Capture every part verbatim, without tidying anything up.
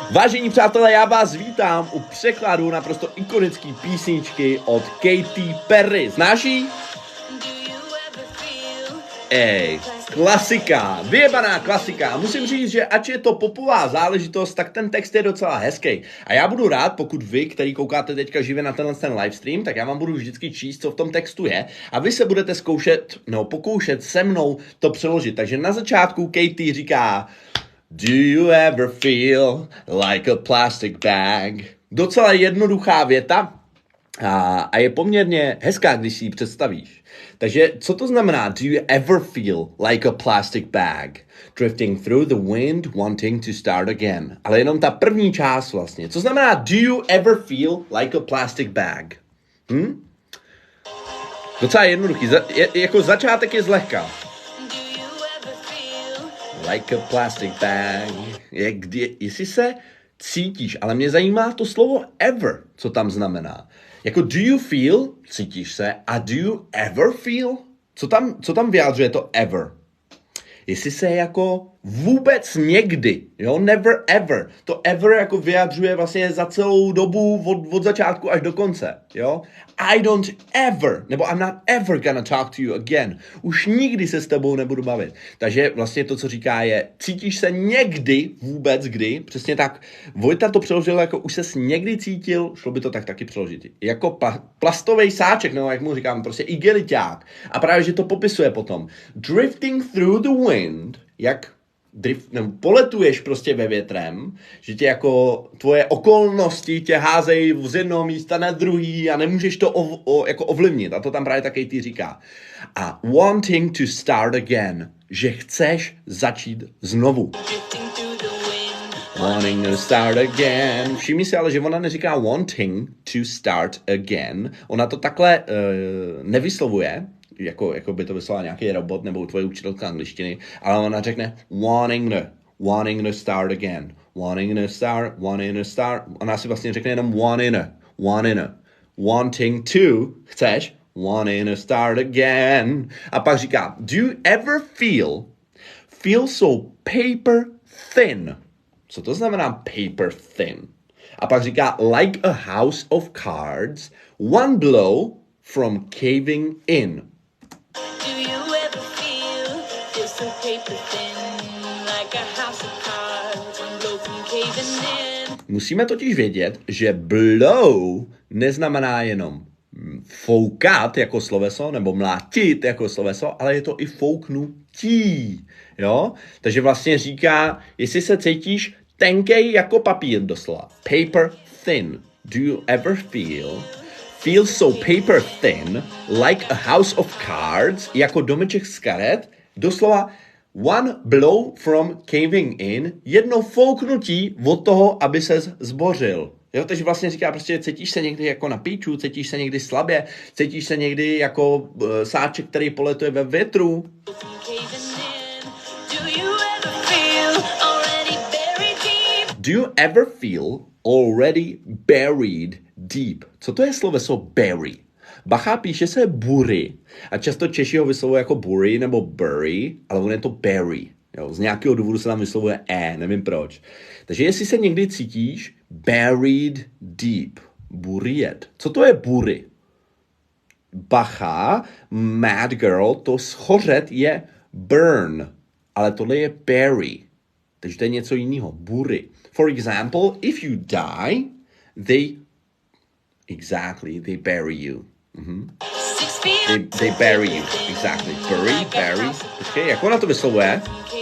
Vážení přátelé, já vás vítám u překladu naprosto ikonické písničky od Katy Perry. Znáš ji? Ej, klasika, vyjebaná klasika. Musím říct, že ač je to popová záležitost, tak ten text je docela hezký. A já budu rád, pokud vy, který koukáte teďka živě na tenhle ten livestream, tak já vám budu vždycky číst, co v tom textu je. A vy se budete zkoušet, no pokoušet se mnou to přeložit. Takže na začátku Katy říká: Do you ever feel like a plastic bag? Docela jednoduchá věta a, a je poměrně hezká, když si ji představíš. Takže co to znamená? Do you ever feel like a plastic bag? Drifting through the wind, wanting to start again. Ale jenom ta první část vlastně. Co znamená do you ever feel like a plastic bag? Hm? Docela jednoduchý. Za, je, jako začátek je zlehka. Like a plastic bag. Jak, kdy, jestli se cítíš, ale mě zajímá to slovo ever, co tam znamená. Jako do you feel, cítíš se, a do you ever feel? Co tam, co tam vyjádřuje to ever? Jestli se jako vůbec někdy, jo, never ever. To ever jako vyjadřuje vlastně za celou dobu od, od začátku až do konce, jo. I don't ever, nebo I'm not ever gonna talk to you again. Už nikdy se s tebou nebudu bavit. Takže vlastně to, co říká, je, cítíš se někdy vůbec kdy, přesně tak. Vojta to přeložil jako už ses někdy cítil, šlo by to tak taky přeložit. Jako pla, plastový sáček, nebo jak mu říkám, prostě igeliťák. A právě, že to popisuje potom. Drifting through the wind, jak drift, nebo poletuješ prostě ve větrem, že tě jako tvoje okolnosti tě házejí z jednoho místa na druhý a nemůžeš to ov, o, jako ovlivnit. A to tam právě taky ty říká. A wanting to start again, že chceš začít znovu. Wanting to start again. Všimni si ale, že ona neříká wanting to start again. Ona to takhle uh, nevyslovuje, jako, jako by to vyslovala nějaký robot nebo tvoje učitelka angličtiny, ale ona řekne wanting to, wanting to start again, wanting to start, wanting to start. Ona si vlastně řekne jenom wanting to, wanting to, wanting to, chceš, wanting to start again. A pak říká, do you ever feel, feel so paper thin? Co to znamená paper thin? A pak říká, like a house of cards, one blow from caving in. Musíme totiž vědět, že blow neznamená jenom foukat jako sloveso, nebo mlátit jako sloveso, ale je to i fouknutí, jo? Takže vlastně říká, jestli se cítíš tenkej jako papír doslova. Paper thin. Do you ever feel feel so paper thin like a house of cards, jako domeček z karet, doslova one blow from caving in, jedno fouknutí od toho, aby ses zbořil. Jo, takže vlastně říká prostě, cítíš se někdy jako na píču, cítíš se někdy slabě, cítíš se někdy jako uh, sáček, který poletuje ve větru. Do you ever feel already buried deep? Co to je sloveso bury? Bacha, píše se bury a často Češi ho vyslovují jako bury nebo bury, ale on je to bury. Jo, z nějakého důvodu se tam vyslovuje e, nevím proč. Takže jestli se někdy cítíš buried deep, buried. Co to je bury? Bacha, mad girl, to schořet je burn, ale tohle je bury. Takže to je něco jiného, bury. For example, if you die, they exactly they bury you. Mm-hmm. They, they bury you. Exactly. Bury, bury. Počkej, jak ona to vyslovuje?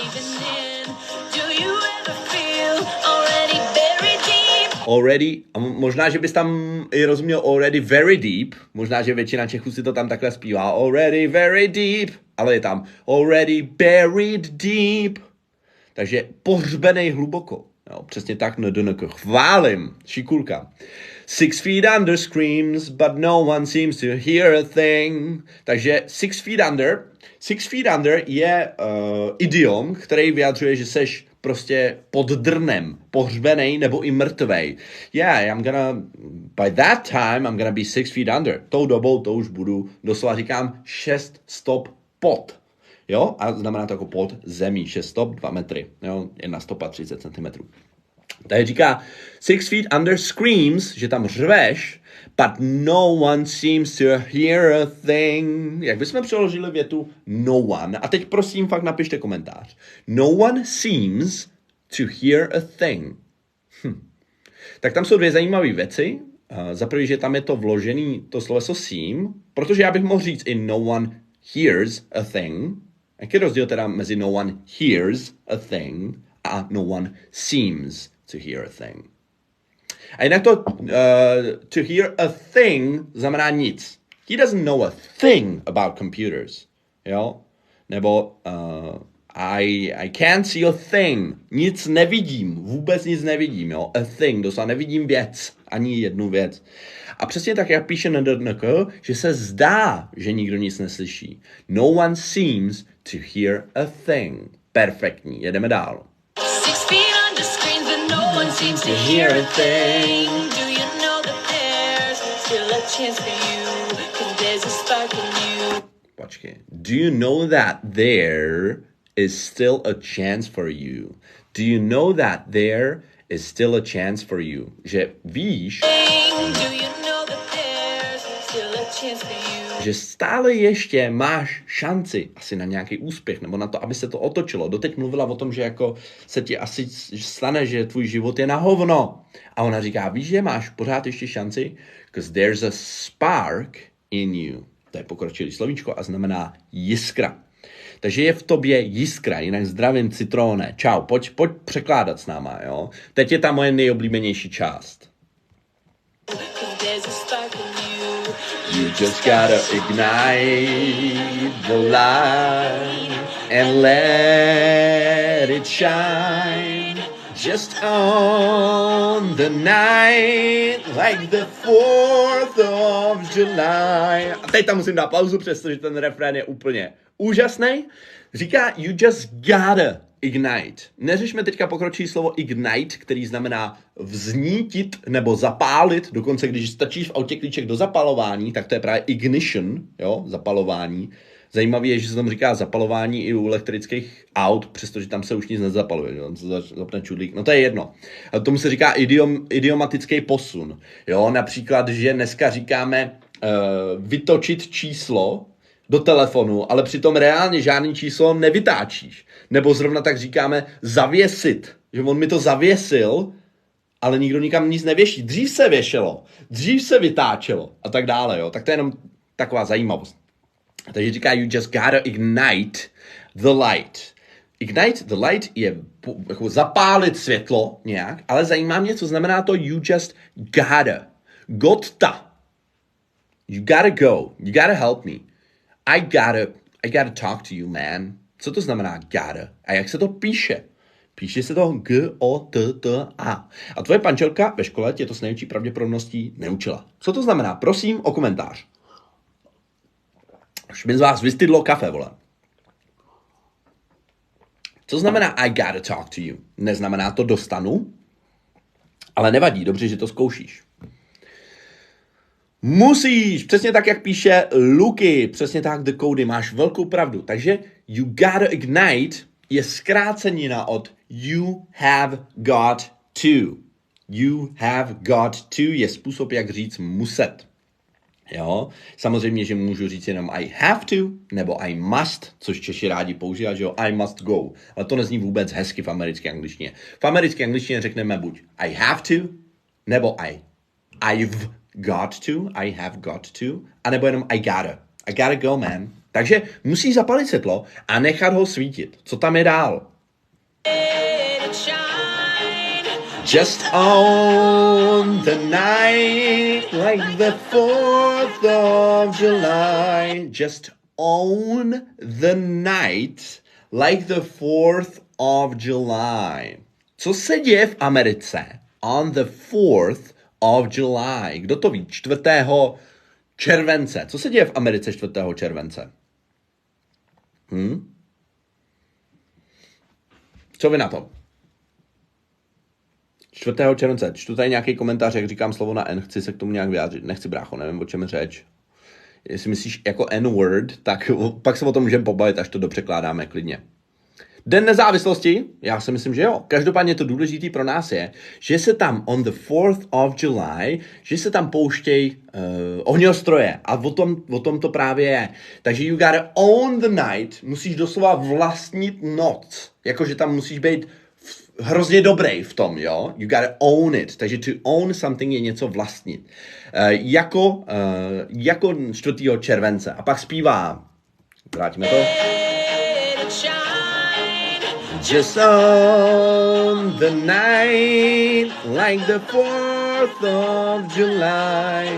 Already, a možná, že bys tam i rozuměl already very deep, možná, že většina Čechů si to tam takhle zpívá, already very deep, ale je tam already buried deep, takže pohřbenej hluboko. Jo, přesně tak, no, no, chválím, šikulka. Six feet under screams, but no one seems to hear a thing. Takže six feet under, six feet under je uh, idiom, který vyjadřuje, že seš prostě pod drnem, pohřbenej nebo i mrtvej. Yeah, I'm gonna, by that time, I'm gonna be six feet under. Tou dobou to už budu, doslova říkám, šest stop pod. Jo, a znamená to jako pod zemí, šest stop, dva metry. Jo, jedna stopa, třicet centimetrů. Tady říká, six feet under screams, že tam řveš, but no one seems to hear a thing. Jak bychom přeložili větu no one? A teď prosím fakt napište komentář. No one seems to hear a thing. Hm. Tak tam jsou dvě zajímavé věci. Uh, za prvý, že tam je to vložený, to sloveso seem, protože já bych mohl říct i no one hears a thing. Jaký je rozdíl teda mezi no one hears a thing a no one seems to hear a thing? A jinak to uh, to hear a thing znamená nic. He doesn't know a thing about computers. Jo? Nebo uh, I, I can't see a thing. Nic nevidím. Vůbec nic nevidím. Jo? A thing. Doslova nevidím věc. Ani jednu věc. A přesně tak, jak píše N D N K, že se zdá, že nikdo nic neslyší. No one seems to hear a thing. Perfektní. Jedeme dál. Six feet under screens and no one seems to hear a thing. Do you know that there's still a chance for you? 'Cause there's a spark in you. Počkej. Do you know that there is still a chance for you? Do you know that there is still a chance for you? Že víš, Do you know that there's still a chance for you? že stále ještě máš šanci asi na nějaký úspěch, nebo na to, aby se to otočilo. Doteď mluvila o tom, že jako se ti asi stane, že tvůj život je na hovno. A ona říká, víš, že máš pořád ještě šanci? Because there's a spark in you. To je pokročilý slovíčko a znamená jiskra. Takže je v tobě jiskra, jinak zdravím Citróne. Čau, pojď, pojď překládat s náma, jo? Teď je ta moje nejoblíbenější část. 'Cause there's a spark in you. You just gotta ignite the light and let it shine just on the night like the fourth of July. A teď tam musím dát pauzu, přestože ten refrén je úplně úžasný. Říká you just gotta ignite. Neřešme teďka pokročilé slovo ignite, který znamená vznítit nebo zapálit. Dokonce, když stačí v autě klíček do zapalování, tak to je právě ignition, jo, zapalování. Zajímavé je, že se tam říká zapalování i u elektrických aut, přestože tam se už nic nezapaluje, jo, se zapne čudlík. No to je jedno. A tomu se říká idiom, idiomatický posun. Jo, například, že dneska říkáme uh, vytočit číslo do telefonu, ale přitom reálně žádný číslo nevytáčíš. Nebo zrovna tak říkáme zavěsit, že on mi to zavěsil, ale nikdo nikam nic nevěší. Dřív se věšelo, dřív se vytáčelo a tak dále. Jo. Tak to je jenom taková zajímavost. Takže říká you just gotta ignite the light. Ignite the light je jako zapálit světlo nějak, ale zajímá mě, co znamená to you just gotta. Gotta. You gotta go. You gotta help me. I gotta, I gotta talk to you, man. Co to znamená gotta? A jak se to píše? Píše se to G O T T A. A tvoje pančelka ve škole tě to s největší pravděpodobností neučila. Co to znamená? Prosím o komentář. Už mi z vás vystydlo kafe, vole. Co znamená I gotta talk to you? Neznamená to dostanu, ale nevadí, dobře, že to zkoušíš. Musíš, přesně tak, jak píše Luky, přesně tak, The Cody, máš velkou pravdu. Takže you gotta ignite je zkrácenina od you have got to. You have got to je způsob, jak říct muset. Jo, samozřejmě, že můžu říct jenom I have to, nebo I must, což Češi rádi používají, že jo, I must go. Ale to nezní vůbec hezky v americké angličtině. V americké angličtině řekneme buď I have to, nebo I, I've got to, I have got to, anebo jenom I gotta. I gotta go, man. Takže musíš zapalit světlo a nechat ho svítit. Co tam je dál? Just on the night like the fourth of July. Just on the night like the fourth of July. Co se děje v Americe on the fourth of July? Kdo to ví? čtvrtého července. Co se děje v Americe čtvrtého července? Hm? Co vy na to? čtvrtého července. Čtu tady nějaký komentář, jak říkám slovo na N, chci se k tomu nějak vyjádřit. Nechci, brácho, nevím, o čem je řeč. Jestli myslíš jako N-word, tak pak se o tom můžeme pobavit, až to dopřekládáme klidně. Den nezávislosti? Já si myslím, že jo. Každopádně to důležité pro nás je, že se tam on the fourth of July, že se tam pouštějí uh, ohňostroje. A o tom, o tom to právě je. Takže you gotta own the night, musíš doslova vlastnit noc. Jakože tam musíš být hrozně dobrý v tom, jo? You gotta own it. Takže to own something je něco vlastnit. Uh, jako, uh, jako čtvrtého července. A pak zpívá, vrátíme to. Just on the night, like the fourth of July.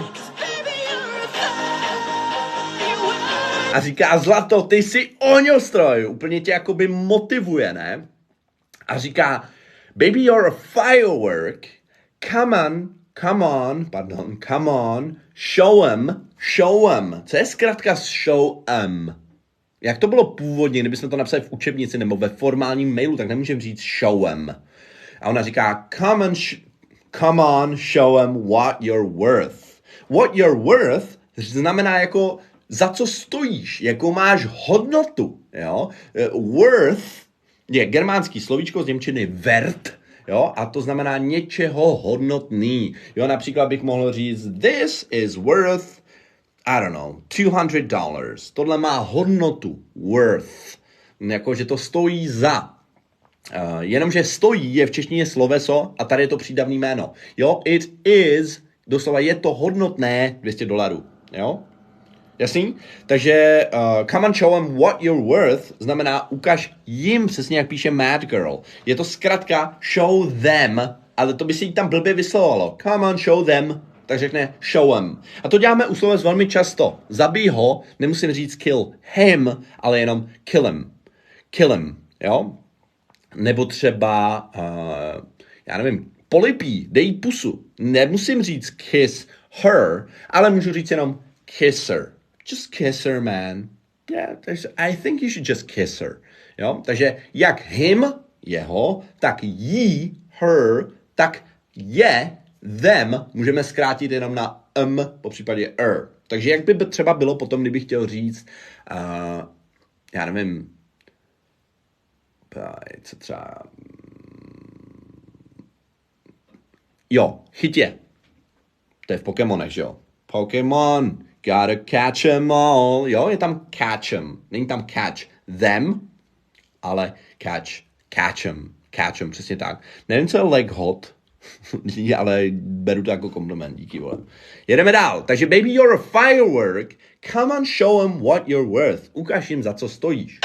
A říká, zlato, ty jsi ohňostroj. Úplně tě jakoby motivuje, ne? A říká, baby, you're a firework. Come on, come on, pardon, come on, show 'em, show 'em. Co je zkrátka show 'em? Jak to bylo původně, kdybychom to napsali v učebnici nebo ve formálním mailu, tak nemůžeme říct show 'em. A ona říká, come on, sh- come on, show 'em what you're worth. What you're worth znamená jako za co stojíš, jakou máš hodnotu. Jo? Worth je germánský slovíčko z němčiny wert, jo? A to znamená něčeho hodnotný. Jo? Například bych mohl říct, this is worth I don't know, two hundred dollars. Tohle má hodnotu, worth. Jako, že to stojí za. Uh, jenomže stojí je v češtině sloveso a tady je to přídavný jméno. Jo, it is, doslova je to hodnotné dvě stě dolarů. Jo? Jasný? Takže uh, come on show them what you're worth znamená ukaž jim, přesně jak píše Mad Girl. Je to zkrátka show them, ale to by se jí tam blbě vyslovalo. Come on show them. Tak řekne show 'em. A to děláme u sloves velmi často. Zabij ho, nemusím říct kill him, ale jenom kill him. Kill him, jo? Nebo třeba, uh, já nevím, polipí, dej pusu. Nemusím říct kiss her, ale můžu říct jenom kiss her. Just kiss her, man. Yeah, I think you should just kiss her. Jo? Takže jak him, jeho, tak jí, her, tak je, them můžeme zkrátit jenom na m, po případě er. Takže jak by třeba bylo potom, kdybych chtěl říct, uh, já nevím, co třeba, jo, chytě. To je v Pokémonech, že jo? Pokémon, gotta catch 'em all. Jo, je tam catch 'em. Není tam catch them, ale catch, catch 'em. Catch 'em, přesně tak. Nevím, co je leg hot, ale beru to jako kompliment, díky vole. Jedeme dál. Takže baby, you're a firework. Come on, show 'em what you're worth. Ukaž jim, za co stojíš.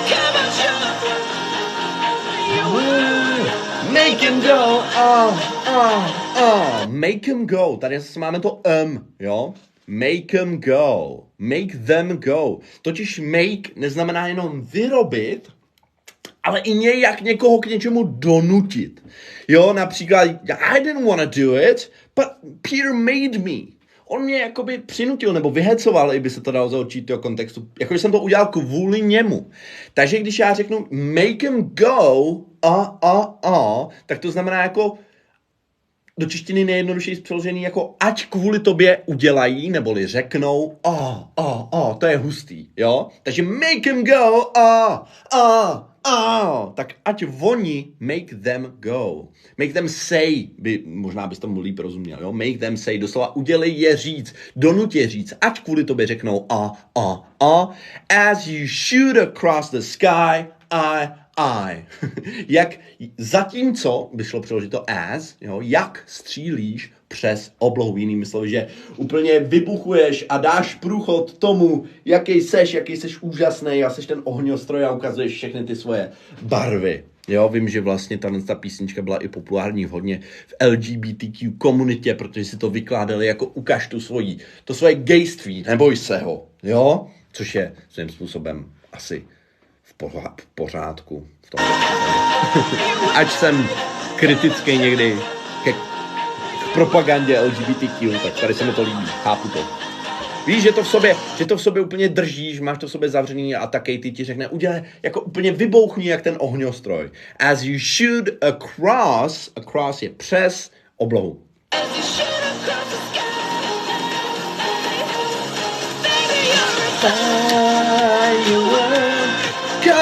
Make him go, oh, oh, oh. Make him go. Tady zase máme to um, jo? Make him go. Make them go. Totiž make neznamená jenom vyrobit, ale i nějak někoho k něčemu donutit. Jo, například, I didn't want to do it, but Peter made me. On mě jakoby přinutil nebo vyhecoval, i by se to dalo za určitého kontextu. Jakože jsem to udělal kvůli němu. Takže když já řeknu make him go, a, a, a, tak to znamená jako do češtiny nejjednodušeji přeložený jako ať kvůli tobě udělají, neboli řeknou a, a, a, to je hustý, jo? Takže make him go, a, a, a, tak ať oni make them go. Make them say, by, možná bys tomu líp rozuměl, jo? Make them say, doslova udělej je říct, donut je říct, ať kvůli tobě řeknou a, a, a, as you shoot across the sky, I, I. Jak zatímco, by šlo přeložit to as, jo, jak střílíš přes oblohu, jinými slovy, že úplně vybuchuješ a dáš průchod tomu, jaký seš, jaký seš úžasný a seš ten ohňostroj a ukazuješ všechny ty svoje barvy. Jo, vím, že vlastně ta písnička byla i populární hodně v L G B T Q komunitě, protože si to vykládali jako ukaž tu svojí, to svoje gayství, neboj se ho, jo, což je svým způsobem asi v pořádku. V tom. Ať jsem kritický někdy ke, k propagandě L G B T Q, tak tady se mi to líbí, chápu to. Víš, že to v sobě, že to v sobě úplně držíš, máš to v sobě zavřený a taky ty ti řekne, udělej, jako úplně vybouchni jak ten ohňostroj. As you shoot across, across je přes oblohu.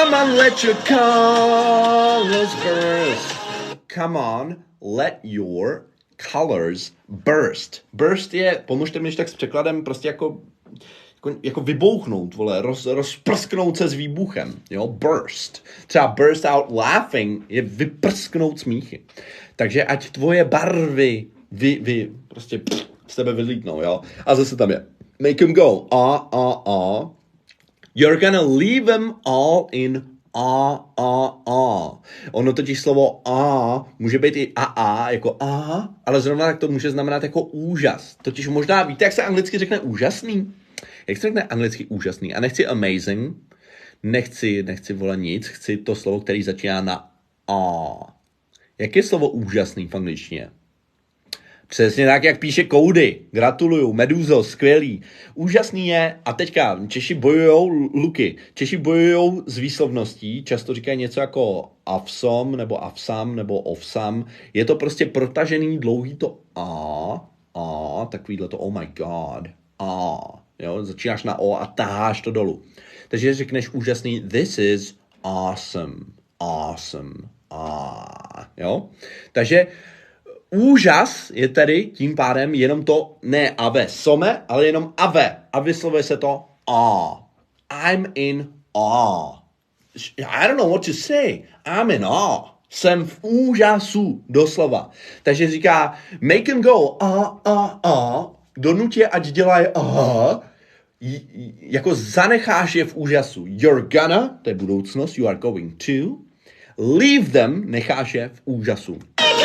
Come on, let your colors burst. Come on, let your colors burst. Burst je, pomožte mi tak s překladem, prostě jako, jako, jako vybouchnout, vole, roz, rozprsknout se s výbuchem, jo, burst. Třeba burst out laughing je vyprsknout smíchy. Takže ať tvoje barvy vy, vy prostě pff, z tebe vylítnou, jo. A zase tam je, make them go, a, a, a. You're gonna leave them all in a, a, a. Ono totiž slovo a může být i a, a, jako a, ale zrovna tak to může znamenat jako úžas. Totiž možná víte, jak se anglicky řekne úžasný? Jak se řekne anglicky úžasný? A nechci amazing, nechci, nechci vole nic, chci to slovo, který začíná na a. Jak je slovo úžasný v angličtině? Přesně tak, jak píše Cody. Gratuluju, Meduzo, skvělý. Úžasný je, a teďka Češi bojujou, Luky, Češi bojujou s výslovností, často říkají něco jako avsom, nebo avsam, nebo ovsam. Je to prostě protažený dlouhý to a, a, takovýhle to oh my god, a, jo, začínáš na o a taháš to dolů. Takže řekneš úžasný, this is awesome, awesome, a, jo. Takže úžas je tady tím pádem jenom to ne ave some, ale jenom ave. A vyslovuje se to a. I'm in awe. I don't know what to say. I'm in awe. Jsem v úžasu, doslova. Takže říká, make him go a, a, a. Donutě, ať dělají a. Jako zanecháš je v úžasu. You're gonna, to je budoucnost, you are going to. Leave them, necháš je v úžasu.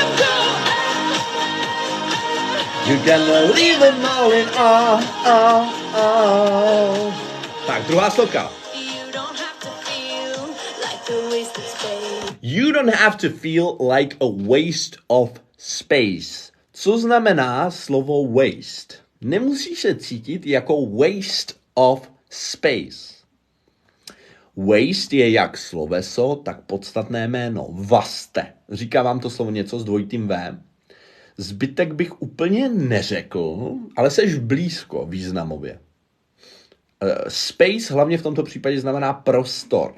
You're gonna leave them all in awe, awe, awe. Tak, druhá sloka. You don't have to feel like a wasted space. You don't have to feel like a waste of space. Co znamená slovo waste? Nemusíš se cítit jako waste of space. Waste je jak sloveso, tak podstatné jméno. Vaste. Říká vám to slovo něco s dvojitým V? Zbytek bych úplně neřekl, ale seš blízko významově. Space hlavně v tomto případě znamená prostor.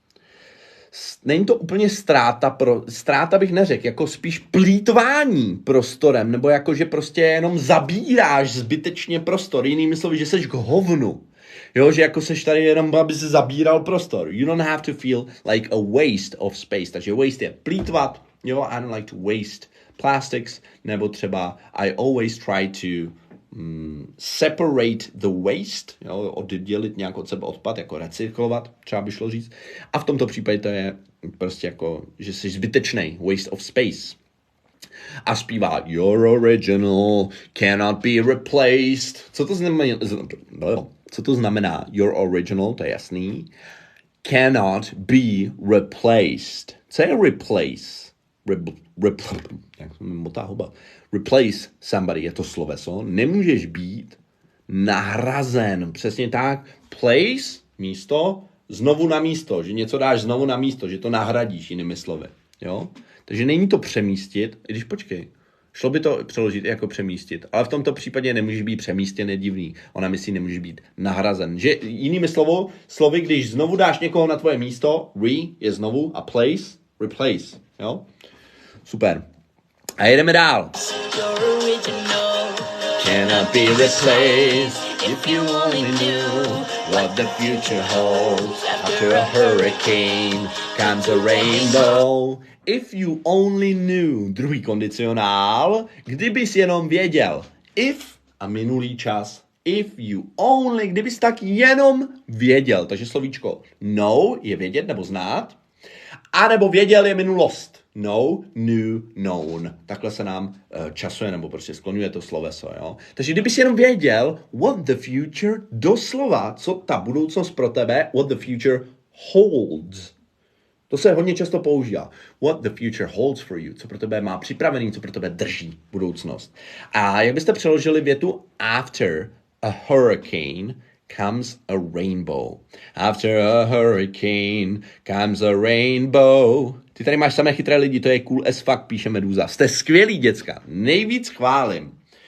Není to úplně ztráta, pro, ztráta bych neřekl, jako spíš plýtvání prostorem, nebo jako, že prostě jenom zabíráš zbytečně prostor. Jinými slovy, že seš k hovnu. Jo, že jako seš tady jenom, aby se zabíral prostor. You don't have to feel like a waste of space. Takže waste je plýtvat. Jo, I don't like to waste plastics, nebo třeba I always try to um, separate the waste, jo, oddělit nějak od sebe odpad, jako recyklovat, třeba by šlo říct. A v tomto případě to je prostě jako, že jsi zbytečný, waste of space. A zpívá Your original cannot be replaced. Co to znamená? Co to znamená? Your original, to je jasný. Cannot be replaced. Co je replace? Re, re, jak se mi motá huba. Replace somebody, je to sloveso. Nemůžeš být nahrazen. Přesně tak. Place, místo, znovu na místo. Že něco dáš znovu na místo, že to nahradíš jinými slovy. Jo? Takže není to přemístit, i když počkej, šlo by to přeložit jako přemístit, ale v tomto případě nemůžeš být přemístěn, je divný. Ona myslí, nemůžeš být nahrazen. Že jinými slovo, slovy, když znovu dáš někoho na tvoje místo, re je znovu a place, replace. Jo? Super. A jedeme dál. Your original Cannot be replaced if you only knew what the future holds. After a hurricane comes a rainbow. If you only knew, druhý kondicionál, kdybys jenom věděl. If a minulý čas. If you only, kdybys tak jenom věděl. Takže slovíčko know je vědět nebo znát. A nebo věděl je minulost. Know, knew, known. Takhle se nám uh, časuje nebo prostě skloňuje to sloveso. Jo? Takže kdybys jenom věděl what the future, doslova, co ta budoucnost pro tebe, what the future holds. To se hodně často používá. What the future holds for you. Co pro tebe má připravený, co pro tebe drží budoucnost. A jak byste přeložili větu after a hurricane comes a rainbow. After a hurricane comes a rainbow. Ty tady máš samé chytré lidi, to je cool as fuck, píše Meduza. Jste skvělí, děcka. Nejvíc chválím.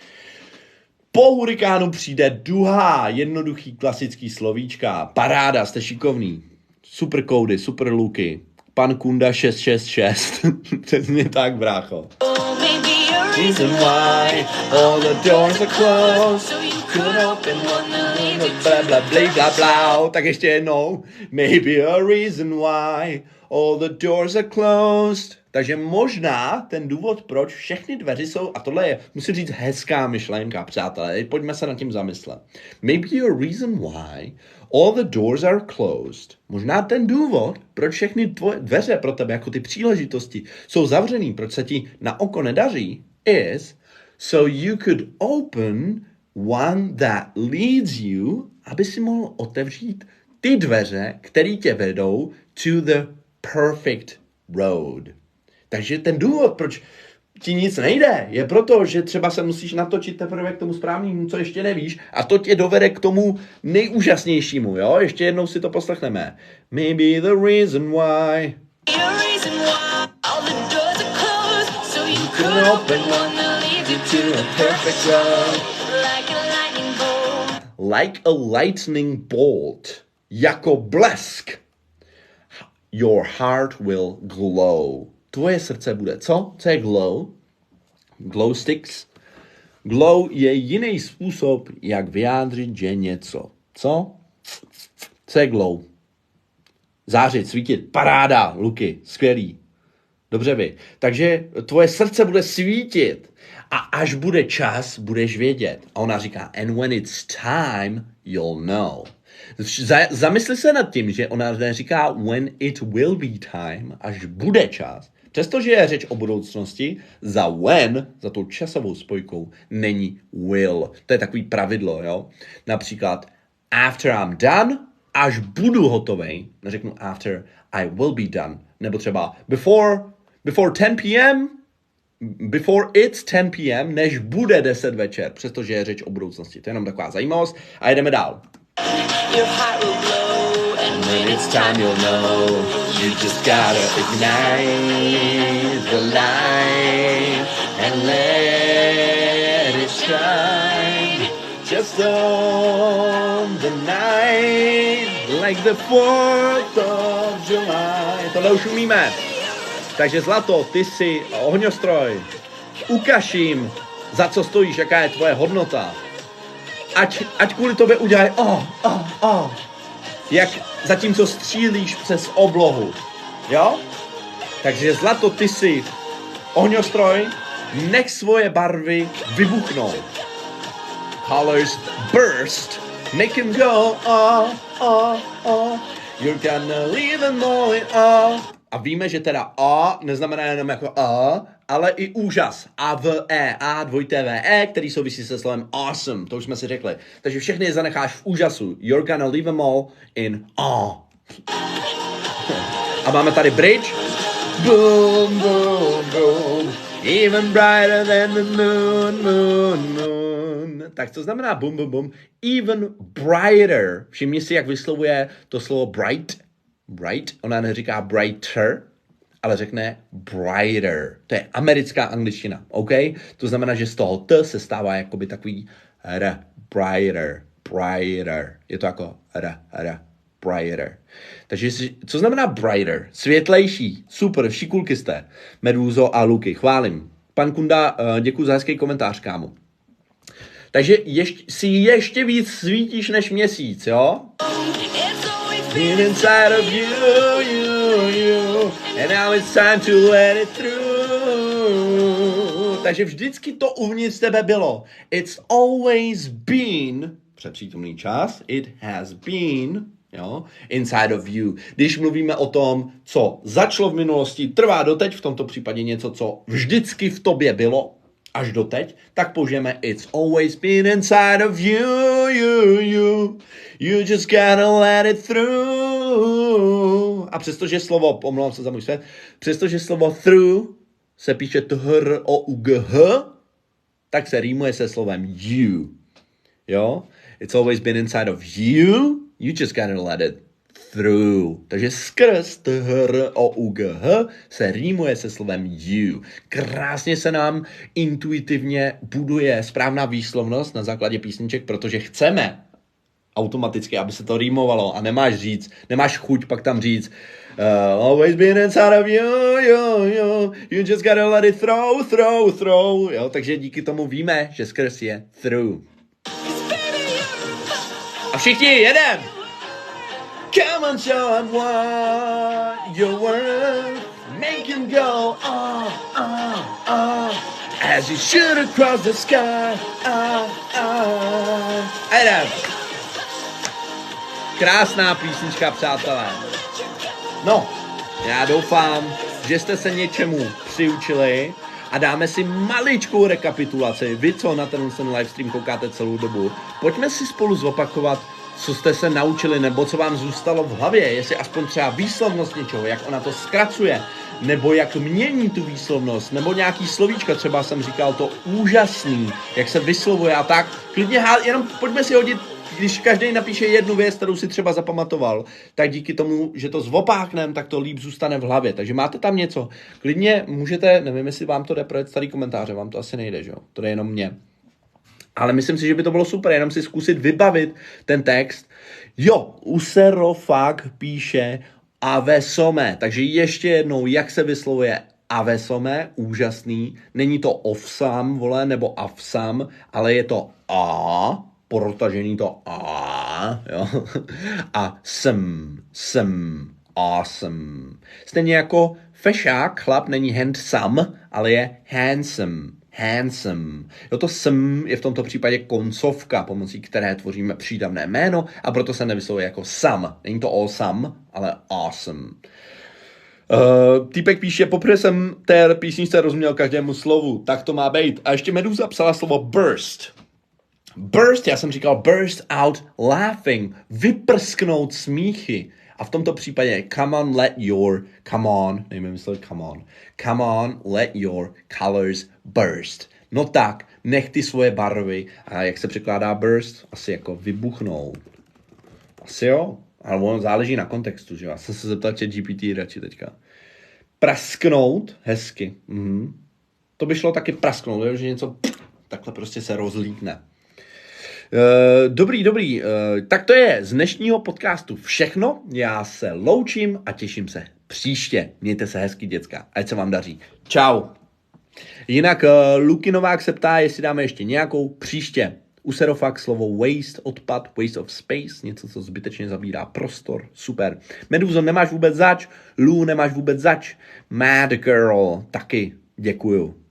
Po hurikánu přijde duha. Jednoduchý klasický slovíčka. Paráda, jste šikovný. Super kódy, super looky. Pan Kunda šest šest šest. Přesně tak, brácho. Oh, maybe a reason why all the doors are closed. so you could open one that leads you Bla to bla bla bla bla. Tak ještě jednou. Maybe a reason why all the doors are closed. Takže možná ten důvod, proč všechny dveře jsou, a tohle je, musím říct, hezká myšlenka, přátelé, pojďme se nad tím zamyslet. Maybe a reason why all the doors are closed. Možná ten důvod, proč všechny tvoje dveře pro tebe, jako ty příležitosti, jsou zavřený, proč se ti na oko nedaří, is so you could open one that leads you, aby si mohl otevřít ty dveře, které tě vedou to the perfect road. Takže ten důvod, proč ti nic nejde, je proto, že třeba se musíš natočit teprve k tomu správnému, co ještě nevíš, a to tě dovede k tomu nejúžasnějšímu, jo? Ještě jednou si to poslechneme. Maybe the reason why a reason why all the doors are closed so you could open one that leads you to a perfect road. Like a lightning bolt. like a lightning bolt, jako blesk. Your heart will glow. Tvoje srdce bude, co? Co je glow? Glow sticks. Glow je jiný způsob, jak vyjádřit, že něco. Co? Co je glow? Zářit, svítit, paráda, Luky, skvělý. Dobře vy. Takže tvoje srdce bude svítit a až bude čas, budeš vědět. A ona říká, and when it's time, you'll know. Zamysli se nad tím, že ona neříká when it will be time, až bude čas. Přestože je řeč o budoucnosti, za when, za tou časovou spojkou, není will. To je takový pravidlo, jo. Například after I'm done, až budu hotovej, neřeknu after I will be done. Nebo třeba before, before ten p.m., before it's ten p.m., než bude deset večer, přestože je řeč o budoucnosti. To je jenom taková zajímavost. A jdeme dál. Your heart will glow, and when it's time you'll know. You just gotta ignite the light and let it shine. Just on the night, like the fourth of July. Tohle už umíme. Takže zlato, ty jsi ohňostroj. Ukaž jim, za co stojíš, jaká je tvoje hodnota. Ať, ať kvůli tobě udělají oh, oh, oh. Jak zatímco střílíš přes oblohu. Jo? Takže zlato, ty jsi ohňostroj, nech svoje barvy vybuchnou. Colors burst, make him go oh, oh, oh. You're gonna leave them all in oh. A víme, že teda A neznamená jenom jako A, ale i úžas. A v E, A dvojité V E, který souvisí se slovem awesome, to už jsme si řekli. Takže všechny je zanecháš v úžasu. You're gonna leave them all in awe. A máme tady bridge. Boom, boom, boom. Even brighter than the moon, moon, moon. Tak co znamená boom, boom, boom? Even brighter. Všimni si, jak vyslovuje to slovo bright. Bright, ona neříká brighter, ale řekne brighter. To je americká angličtina, OK? To znamená, že z toho T se stává jakoby takový R, brighter, brighter. Je to jako R, R, brighter. Takže co znamená brighter? Světlejší, super, šikulky jste. Medúzo a Luky, chválím. Pan Kunda, děkuji za hezký komentář, kámo. Takže ještě, si ještě víc svítíš než měsíc, jo? Been inside of you, you, you, and now it's time to let it through. Takže vždycky to uvnitř tebe bylo. It's always been, předpřítomný čas, it has been, jo, inside of you. Když mluvíme o tom, co začalo v minulosti, trvá doteď, v tomto případě něco, co vždycky v tobě bylo, až doteď, tak použijeme it's always been inside of you, you, you. You just gotta let it through. A přestože slovo, omlouvám se za můj svět, přestože slovo through se píše thr o u g h, tak se rýmuje se slovem you. Jo? It's always been inside of you. You just gotta let it through. Takže skrz thr o u g h se rýmuje se slovem you. Krásně se nám intuitivně buduje správná výslovnost na základě písniček, protože chceme, automaticky, aby se to rýmovalo a nemáš říct, nemáš chuť pak tam říct uh, always been inside of you, you, you, you just gotta let it throw, throw, throw, jo, takže díky tomu víme, že skrz je through. A všichni, jedem! Come on, show 'em what you're worth, make him go, oh, oh, oh, as you shoot across the sky, oh, oh. A jedem! Krásná písnička, přátelé. No, já doufám, že jste se něčemu přiučili a dáme si maličkou rekapitulaci. Vy, co na ten livestream koukáte celou dobu, pojďme si spolu zopakovat, co jste se naučili, nebo co vám zůstalo v hlavě, jestli aspoň třeba výslovnost něčeho, jak ona to zkracuje, nebo jak mění tu výslovnost, nebo nějaký slovíčka, třeba jsem říkal to úžasný, jak se vyslovuje a tak. Klidně hál, jenom pojďme si hodit, když každý napíše jednu věc, kterou si třeba zapamatoval, tak díky tomu, že to zvopáknem, tak to líp zůstane v hlavě. Takže máte tam něco. Klidně můžete, nevím, jestli vám to jde projet starý komentáře, vám to asi nejde, že jo? To jde jenom mě. Ale myslím si, že by to bylo super, jenom si zkusit vybavit ten text. Jo, Userofag píše avesome, takže ještě jednou, jak se vyslovuje avesome, úžasný. Není to ovsam, vole, nebo avsam, ale je to a, protažený to a, jo. A sem, sem, awesome. Stejně jako fešák, chlap, není handsome, ale je handsome. Handsome. Jo, to sem je v tomto případě koncovka, pomocí které tvoříme přídavné jméno a proto se nevyslovuje jako sam. Není to awesome, ale awesome. Uh, týpek píše, poprvé jsem té písničce rozuměl každému slovu, tak to má být. A ještě Meduza psala slovo burst. Burst, já jsem říkal burst out laughing, vyprsknout smíchy. A v tomto případě come on, let your, come on, nevím, myslel come on, come on, let your colors burst. No tak, nech ty svoje barvy, a jak se překládá burst? Asi jako vybuchnout. Asi jo, ale ono záleží na kontextu, že jo. Já jsem se zeptal Chat G P T radši teďka. Prasknout, hezky. Mhm. To by šlo taky prasknout, jo? Že něco takhle prostě se rozlítne. Uh, dobrý, dobrý. Uh, tak to je z dnešního podcastu všechno. Já se loučím a těším se příště. Mějte se hezky, děcka. Ať se vám daří. Čau. Jinak uh, Luky Novák se ptá, jestli dáme ještě nějakou příště. Userofag slovo waste, odpad, waste of space, něco, co zbytečně zabírá prostor. Super. Meduzo, nemáš vůbec zač. Lou, nemáš vůbec zač. Mad Girl, taky děkuju.